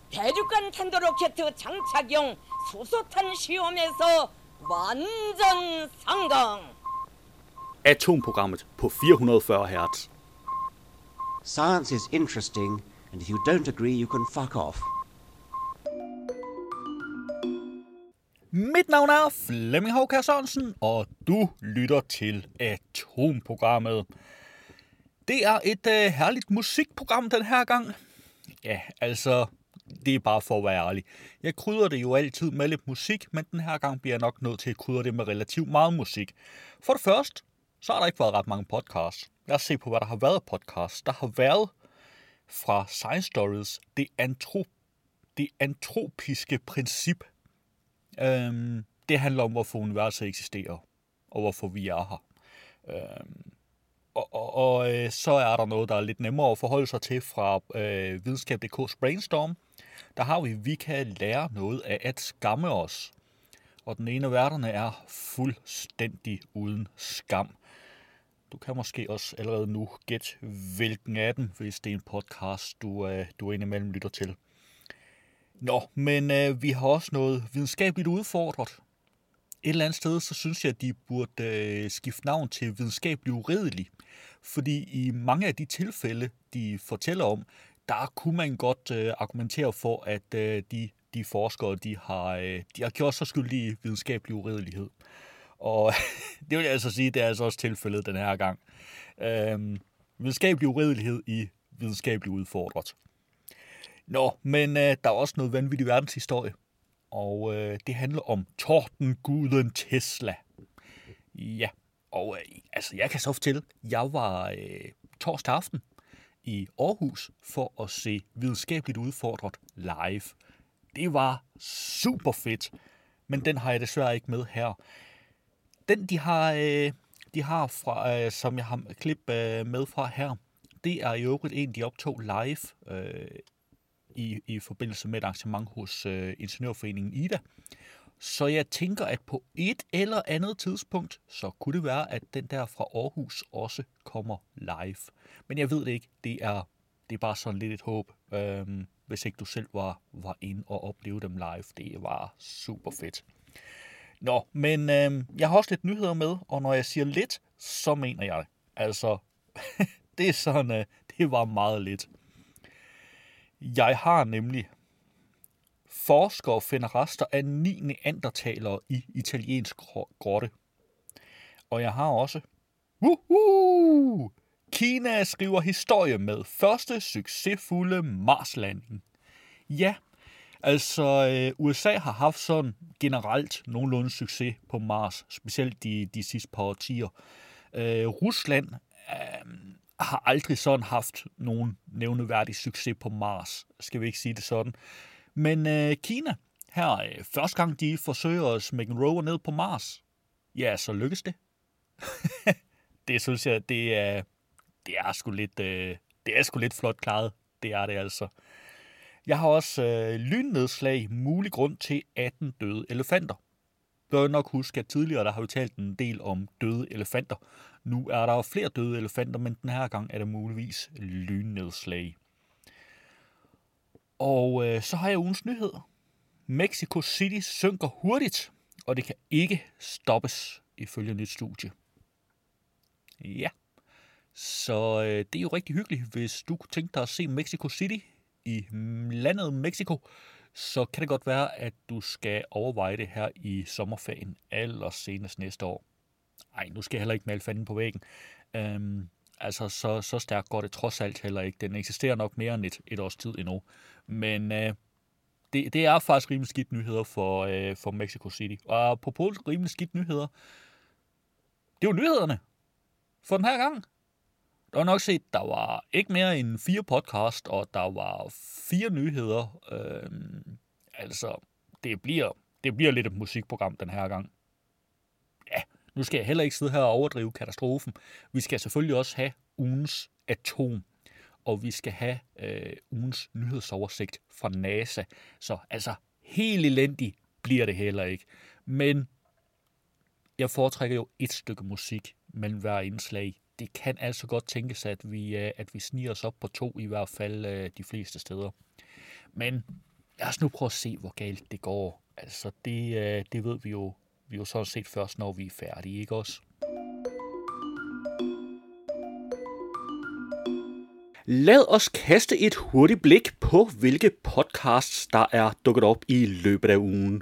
대륙간 탄도로켓 장착용 수소탄 시험에서 완전 성공. Atomprogrammet på 440 Hz. Science is interesting, and if you don't agree, you can fuck off. Mit navn er Flemming Haukær Sørensen, og du lytter til Atomprogrammet. Det er et herligt musikprogram den her gang. Ja, altså, det er bare for at være ærlig. Jeg krydrer det jo altid med lidt musik, men den her gang bliver jeg nok nødt til at krydre det med relativt meget musik. For det første, så har der ikke været ret mange podcasts. Lad os se på, hvad der har været podcasts. Der har været fra Science Stories, det antropiske princip. Det handler om, hvorfor universet eksisterer, og hvorfor vi er her. Og så er der noget, der er lidt nemmere at forholde sig til fra videnskab.dk's Brainstorm. Der har vi kan lære noget af at skamme os. Og den ene af værterne er fuldstændig uden skam. Du kan måske også allerede nu gætte, hvilken af dem, hvis det er en podcast, du indimellem lytter til. Nå, men vi har også noget videnskabeligt udfordret. Et eller andet sted, så synes jeg, at de burde skifte navn til videnskabelig uredelig. Fordi i mange af de tilfælde, de fortæller om, der kunne man godt argumentere for, at de forskere, de har gjort sig skyldige i videnskabelig uredelighed. Og det vil jeg altså sige, det er altså også tilfældet den her gang. Videnskabelig uredelighed i videnskabelig udfordret. Nå, men der er også noget vanvittig verdenshistorie. Og det handler om tordenguden Tesla. Ja, og altså jeg kan så fortælle, jeg var torsdag aften i Aarhus for at se videnskabeligt udfordret live. Det var super fedt, men den har jeg desværre ikke med her. Den de har fra, som jeg har klip med fra her, det er i øvrigt en, de optog live i forbindelse med et arrangement hos Ingeniørforeningen IDA. Så jeg tænker, at på et eller andet tidspunkt, så kunne det være, at den der fra Aarhus også kommer live. Men jeg ved det ikke. Det er bare sådan lidt et håb, hvis ikke du selv var inde og opleve dem live. Det var super fedt. Nå, men jeg har også lidt nyheder med, og når jeg siger lidt, så mener jeg det. Altså, det er sådan, det var meget lidt. Jeg har nemlig forskere finder rester af 9 neandertalere i italiensk grotte. Og jeg har også Kina skriver historie med første succesfulde Marslanding. Ja, altså USA har haft sådan generelt nogenlunde succes på Mars, specielt de sidste par årtier. Rusland har aldrig sådan haft nogen nævneværdig succes på Mars, skal vi ikke sige det sådan. Men Kina, her første gang de forsøger at smække en rover ned på Mars, ja, så lykkes det. Det synes jeg, det er sgu lidt flot klaret. Det er det altså. Jeg har også lynnedslag, mulig grund til 18 døde elefanter. Bør nok huske, at tidligere der har vi talt en del om døde elefanter. Nu er der flere døde elefanter, men den her gang er det muligvis lynnedslag. Og så har jeg ugens nyhed. Mexico City synker hurtigt, og det kan ikke stoppes, ifølge nyt studie. Ja, så det er jo rigtig hyggeligt, hvis du kunne tænke dig at se Mexico City i landet Mexico, så kan det godt være, at du skal overveje det her i sommerferien, eller senest næste år. Ej, nu skal jeg heller ikke male fanden på væggen. Altså, så stærkt går det trods alt heller ikke. Den eksisterer nok mere end et års tid endnu. Men det er faktisk rimelig skidt nyheder for Mexico City. Og på rimelig skidt nyheder, det var nyhederne for den her gang. Der var nok set, der var ikke mere end 4 podcast, og der var 4 nyheder. Altså, det bliver lidt et musikprogram den her gang. Ja, nu skal jeg heller ikke sidde her og overdrive katastrofen. Vi skal selvfølgelig også have ugens atom, og vi skal have ugens nyhedsoversigt fra NASA. Så altså, helt elendigt bliver det heller ikke. Men jeg foretrækker jo et stykke musik mellem hver indslag. Det kan altså godt tænkes, at vi sniger os op på 2, i hvert fald de fleste steder. Men lad os nu prøve at se, hvor galt det går. Altså, det ved vi jo sådan set først, når vi er færdige, ikke også? Lad os kaste et hurtigt blik på, hvilke podcasts, der er dukket op i løbet af ugen.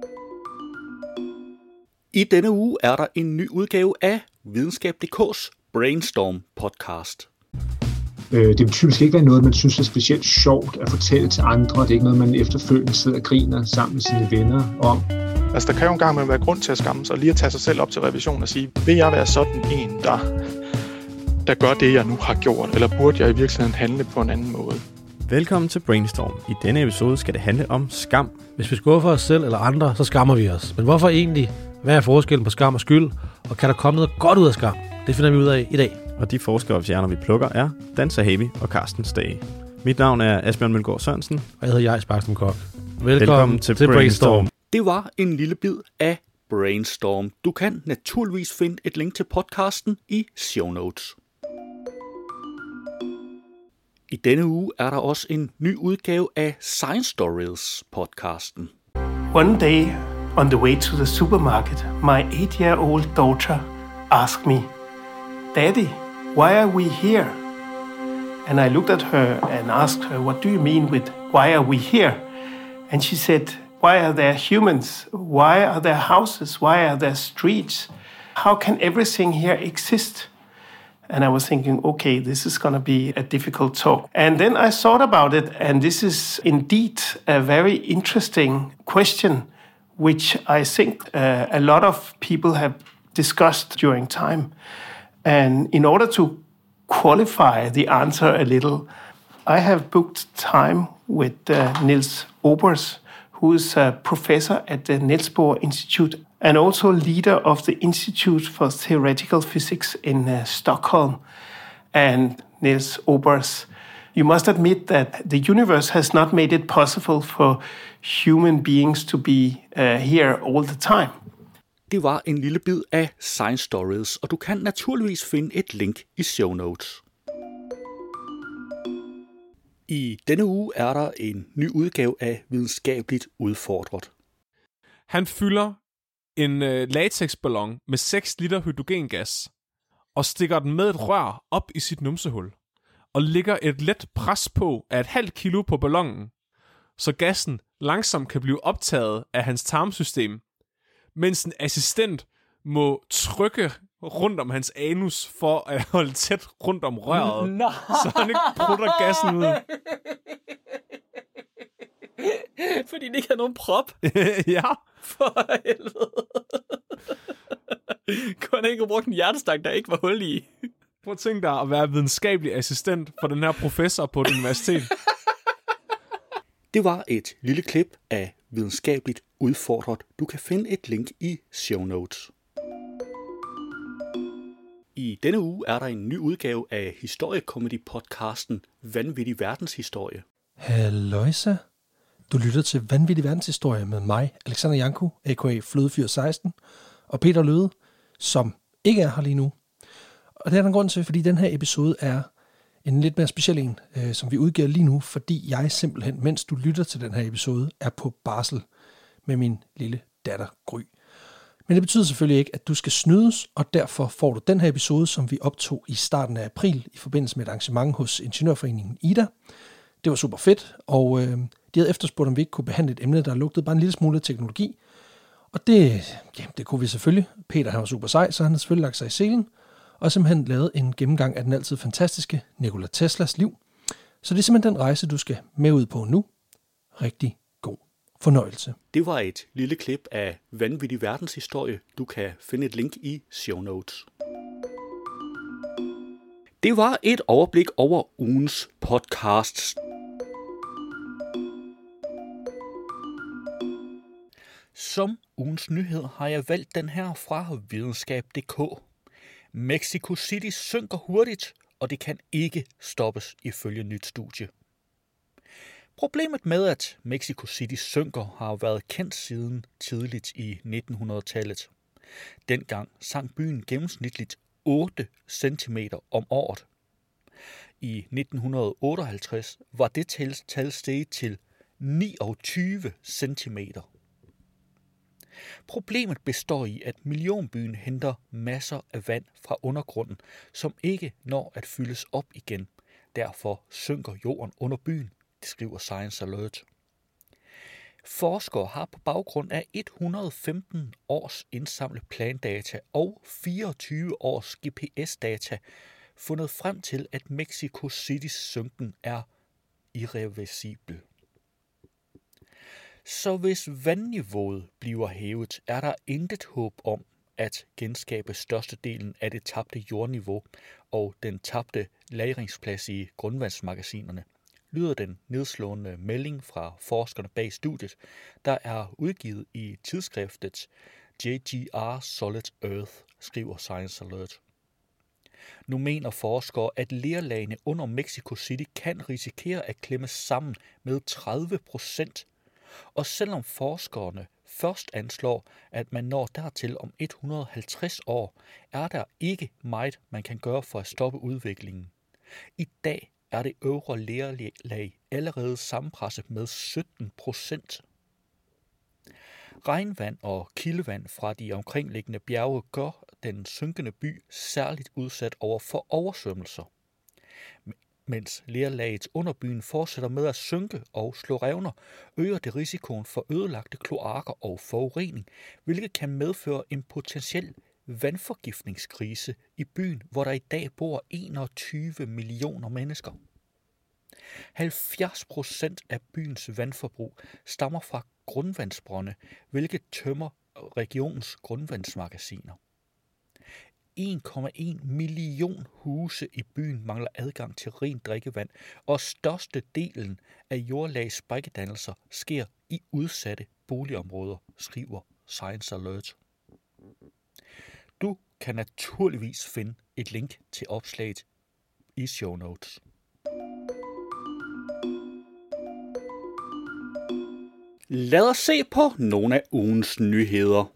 I denne uge er der en ny udgave af Videnskab.dk's Brainstorm podcast. Det vil typisk ikke være noget, man synes er specielt sjovt at fortælle til andre. Det er ikke noget, man efterfølgende sidder og griner sammen med sine venner om. Altså, der kan jo engang være grund til at skamme sig, og lige at tage sig selv op til revision og sige, vil jeg være sådan en, der gør det, jeg nu har gjort, eller burde jeg i virkeligheden handle på en anden måde? Velkommen til Brainstorm. I denne episode skal det handle om skam. Hvis vi skuffer os selv eller andre, så skammer vi os. Men hvorfor egentlig? Hvad er forskellen på skam og skyld? Og kan der komme noget godt ud af skam? Det finder vi ud af i dag. Og de forskere og stjerner, vi plukker, er Dan Sahabi og Carsten Stage. Mit navn er Asbjørn Mølgaard Sørensen. Og jeg hedder Jais Baksum Kok. Velkommen til Brainstorm. Det var en lille bid af Brainstorm. Du kan naturligvis finde et link til podcasten i show notes. I denne uge er der også en ny udgave af Science Stories podcasten. One day, on the way to the supermarket, my 8-year-old daughter asked me, "Daddy, why are we here?" And I looked at her and asked her, "What do you mean with why are we here?" And she said, "Why are there humans? Why are there houses? Why are there streets? How can everything here exist?" And I was thinking, okay, this is going to be a difficult talk. And then I thought about it, and this is indeed a very interesting question, which I think a lot of people have discussed during time. And in order to qualify the answer a little, I have booked time with Niels Obers, who is a professor at the Niels Bohr Institute and also leader of the Institute for Theoretical Physics in Stockholm. And Niels Obers, you must admit that the universe has not made it possible for human beings to be here all the time. Det var en lille bid af Science Stories, og du kan naturligvis finde et link i show notes. I denne uge er der en ny udgave af Videnskabeligt Udfordret. Han fylder en latexballon med 6 liter hydrogengas og stikker den med et rør op i sit numsehul og lægger et let pres på af 0,5 kilo på ballonen, så gassen langsomt kan blive optaget af hans tarmsystem, mens en assistent må trykke rundt om hans anus for at holde tæt rundt om røret, så han ikke prutter gassen ud. Fordi det ikke har nogen prop. Ja. For helvede. Kunne han ikke have brugt en hjertestang, der ikke var hul i? Prøv at tænke dig at være videnskabelig assistent for den her professor på et universitet. Det var et lille klip af Videnskabeligt Udfordret. Du kan finde et link i show notes. I denne uge er der en ny udgave af historiekomedy-podcasten Vanvittig Verdenshistorie. Halløjsa. Du lytter til Vanvittig Verdenshistorie med mig, Alexander Janku, a.k.a. Flødefyr 16, og Peter Løde, som ikke er her lige nu. Og det er der en grund til, fordi den her episode er en lidt mere speciel en, som vi udgiver lige nu, fordi jeg simpelthen, mens du lytter til den her episode, er på barsel med min lille datter Gry. Men det betyder selvfølgelig ikke, at du skal snydes, og derfor får du den her episode, som vi optog i starten af april i forbindelse med et arrangement hos Ingeniørforeningen Ida. Det var super fedt, og de havde efterspurgt, om vi ikke kunne behandle et emne, der lugtede bare en lille smule teknologi. Og det kunne vi selvfølgelig. Peter han var super sej, så han havde selvfølgelig lagt sig i selen, og simpelthen lavet en gennemgang af den altid fantastiske Nikola Teslas liv. Så det er simpelthen den rejse, du skal med ud på nu. Rigtig god fornøjelse. Det var et lille klip af Vanvittig Verdenshistorie. Du kan finde et link i show notes. Det var et overblik over ugens podcasts. Som ugens nyhed har jeg valgt den her fra Videnskab.dk. Mexico City synker hurtigt, og det kan ikke stoppes ifølge nyt studie. Problemet med, at Mexico City synker, har været kendt siden tidligt i 1900-tallet. Dengang sank byen gennemsnitligt 8 cm om året. I 1958 var det tal steget til 29 centimeter. Problemet består i, at millionbyen henter masser af vand fra undergrunden, som ikke når at fyldes op igen. Derfor synker jorden under byen, det skriver Science Alert. Forskere har på baggrund af 115 års indsamlet plandata og 24 års GPS-data fundet frem til, at Mexico Citys synken er irreversibel. Så hvis vandniveauet bliver hævet, er der intet håb om at genskabe størstedelen af det tabte jordniveau og den tabte lagringsplads i grundvandsmagasinerne, lyder den nedslående melding fra forskerne bag studiet, der er udgivet i tidsskriftet JGR Solid Earth, skriver Science Alert. Nu mener forskere, at lerlagene under Mexico City kan risikere at klemme sammen med 30%, og selvom forskerne først anslår, at man når dertil om 150 år, er der ikke meget, man kan gøre for at stoppe udviklingen. I dag er det øvre lerlag allerede sammenpresset med 17%. Regnvand og kildevand fra de omkringliggende bjerge gør den synkende by særligt udsat over for oversvømmelser. Mens lerlaget under byen fortsætter med at synke og slå revner, øger det risikoen for ødelagte kloakker og forurening, hvilket kan medføre en potentiel vandforgiftningskrise i byen, hvor der i dag bor 21 millioner mennesker. 70% af byens vandforbrug stammer fra grundvandsbrønde, hvilket tømmer regionens grundvandsmagasiner. 1,1 million huse i byen mangler adgang til rent drikkevand, og størstedelen af jordlagssprækkedannelser sker i udsatte boligområder, skriver Science Alert. Du kan naturligvis finde et link til opslaget i show notes. Lad os se på nogle af ugens nyheder.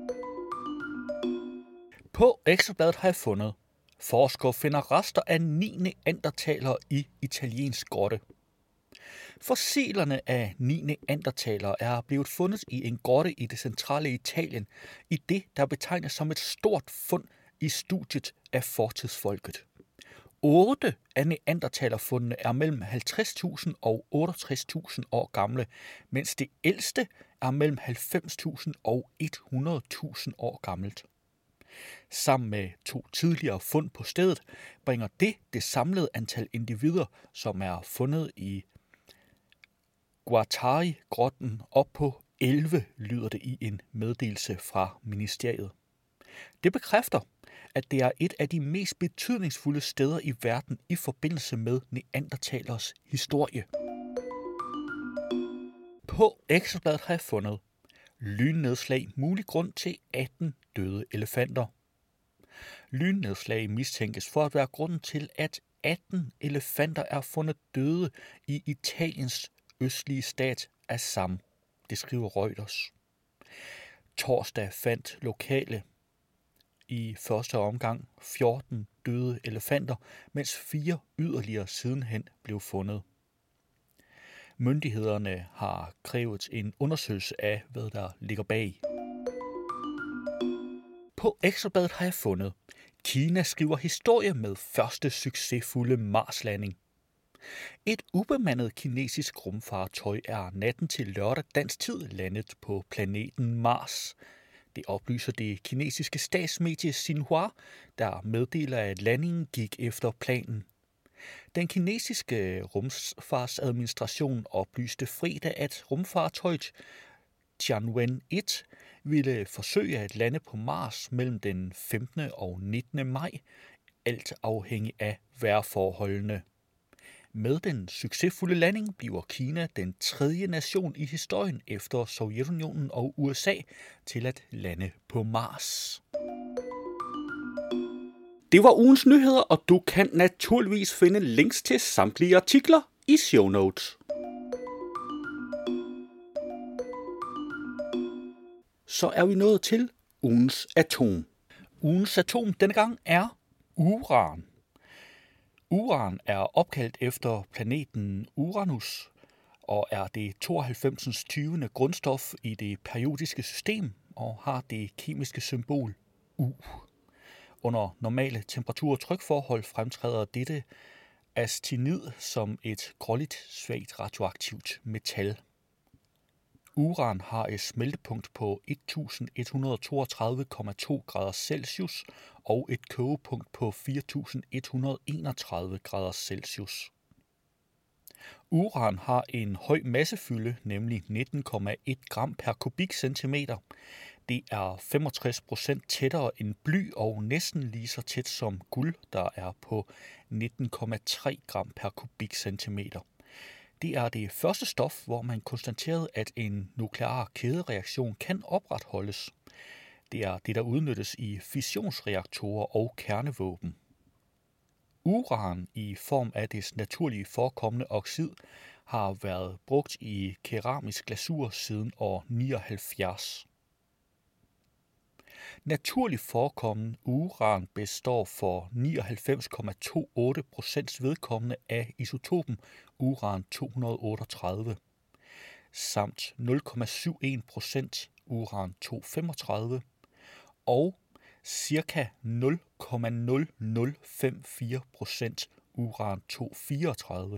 På Ekstrabladet har jeg fundet, forskere finder rester af 9. neandertalere i italiensk grotte. Fossilerne af 9. neandertalere er blevet fundet i en grotte i det centrale Italien, i det, der betegnes som et stort fund i studiet af fortidsfolket. 8 af neandertalerfundene er mellem 50.000 og 68.000 år gamle, mens det ældste er mellem 90.000 og 100.000 år gammelt. Sammen med 2 tidligere fund på stedet bringer det samlede antal individer, som er fundet i Guattari-grotten, op på 11, lyder det i en meddelelse fra ministeriet. Det bekræfter, at det er et af de mest betydningsfulde steder i verden i forbindelse med neandertalers historie. På Ekstrabladet har jeg fundet lynnedslag mulig grund til 18 døde elefanter. Lynnedslag mistænkes for at være grunden til, at 18 elefanter er fundet døde i Italiens østlige stat Assam. Det skriver Reuters. Torsdag fandt lokale i første omgang 14 døde elefanter, mens 4 yderligere sidenhen blev fundet. Myndighederne har krævet en undersøgelse af, hvad der ligger bag. På Ekstrabladet har jeg fundet, Kina skriver historie med første succesfulde Marslanding. Et ubemandet kinesisk rumfartøj er natten til lørdag dansk tid landet på planeten Mars. Det oplyser det kinesiske statsmedie Xinhua, der meddeler, at landingen gik efter planen. Den kinesiske rumfartsadministration oplyste fredag, at rumfartøjet Tianwen-1 ville forsøge at lande på Mars mellem den 15. og 19. maj, alt afhængig af vejrforholdene. Med den succesfulde landing bliver Kina den 3. nation i historien efter Sovjetunionen og USA til at lande på Mars. Det var ugens nyheder, og du kan naturligvis finde links til samtlige artikler i show notes. Så er vi nået til ugens atom. Ugens atom denne gang er uran. Uran er opkaldt efter planeten Uranus, og er det 92. 20. grundstof i det periodiske system og har det kemiske symbol U. Under normale temperatur- og trykforhold fremtræder dette actinid som et gråligt, svagt radioaktivt metal. Uran har et smeltepunkt på 1132,2 grader Celsius og et kogepunkt på 4131 grader Celsius. Uran har en høj massefylde, nemlig 19,1 gram per kubikcentimeter. Det er 65% tættere end bly og næsten lige så tæt som guld, der er på 19,3 gram per kubikcentimeter. Det er det første stof, hvor man konstaterede, at en nuklear kædereaktion kan opretholdes. Det er det, der udnyttes i fissionsreaktorer og kernevåben. Uran i form af dets naturlige forekommende oxid har været brugt i keramisk glasur siden år 79. Naturligt forekommende uran består for 99,28% vedkommende af isotopen uran-238 samt 0,71% uran-235 og ca. 0,0054% uran-234.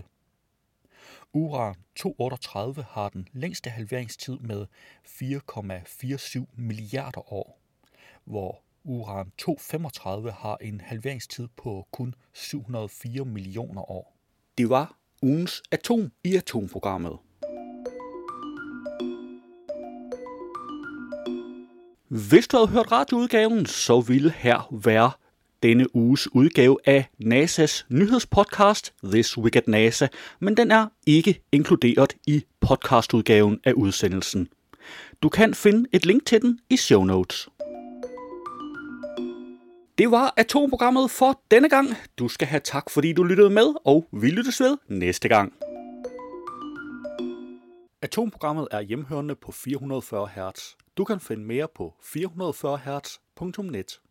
Uran-238 har den længste halveringstid med 4,47 milliarder år, hvor uran-235 har en halveringstid på kun 704 millioner år. Det var ugens atom i atomprogrammet. Hvis du havde hørt radioudgaven, så ville her være denne uges udgave af NASA's nyhedspodcast This Week at NASA, men den er ikke inkluderet i podcastudgaven af udsendelsen. Du kan finde et link til den i show notes. Det var atomprogrammet for denne gang. Du skal have tak, fordi du lyttede med, og vi lyttes ved næste gang. Atomprogrammet er hjemhørende på 440 Hz. Du kan finde mere på 440hz.net.